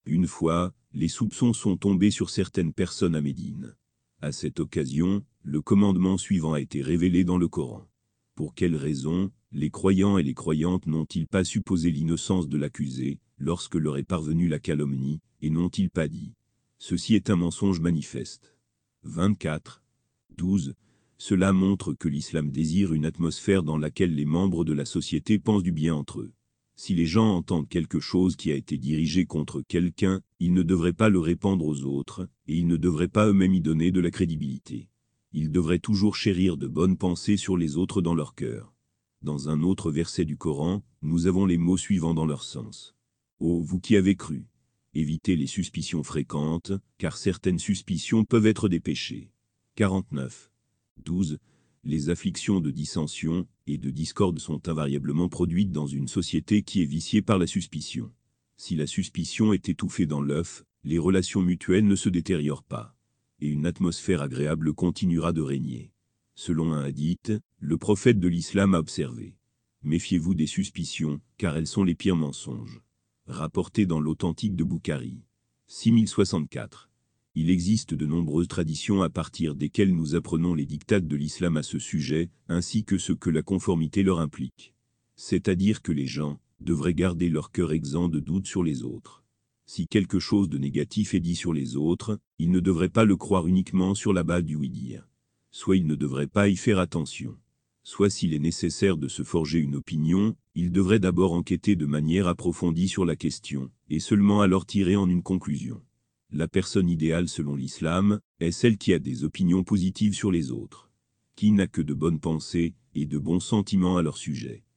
Une fois, les soupçons sont tombés sur certaines personnes à Médine. À cette occasion, le commandement suivant a été révélé dans le Coran. Pour quelles raisons, les croyants et les croyantes n'ont-ils pas supposé l'innocence de l'accusé, lorsque leur est parvenue la calomnie, et n'ont-ils pas dit « Ceci est un mensonge manifeste ». 24. 12. Cela montre que l'islam désire une atmosphère dans laquelle les membres de la société pensent du bien entre eux. Si les gens entendent quelque chose qui a été dirigé contre quelqu'un, ils ne devraient pas le répandre aux autres, et ils ne devraient pas eux-mêmes y donner de la crédibilité. Ils devraient toujours chérir de bonnes pensées sur les autres dans leur cœur. Dans un autre verset du Coran, nous avons les mots suivants dans leur sens. Ô vous qui avez cru, évitez les suspicions fréquentes, car certaines suspicions peuvent être des péchés. 49. 12. Les afflictions de dissension et de discorde sont invariablement produites dans une société qui est viciée par la suspicion. Si la suspicion est étouffée dans l'œuf, les relations mutuelles ne se détériorent pas, et une atmosphère agréable continuera de régner. Selon un hadith, le prophète de l'islam a observé: méfiez-vous des suspicions, car elles sont les pires mensonges. Rapporté dans l'Authentique de Boukhari. 6064. Il existe de nombreuses traditions à partir desquelles nous apprenons les dictats de l'islam à ce sujet, ainsi que ce que la conformité leur implique. C'est-à-dire que les gens devraient garder leur cœur exempt de doute sur les autres. Si quelque chose de négatif est dit sur les autres, ils ne devraient pas le croire uniquement sur la base du oui-dire. Soit ils ne devraient pas y faire attention. Soit s'il est nécessaire de se forger une opinion, ils devraient d'abord enquêter de manière approfondie sur la question, et seulement alors tirer en une conclusion. La personne idéale selon l'islam est celle qui a des opinions positives sur les autres, qui n'a que de bonnes pensées et de bons sentiments à leur sujet.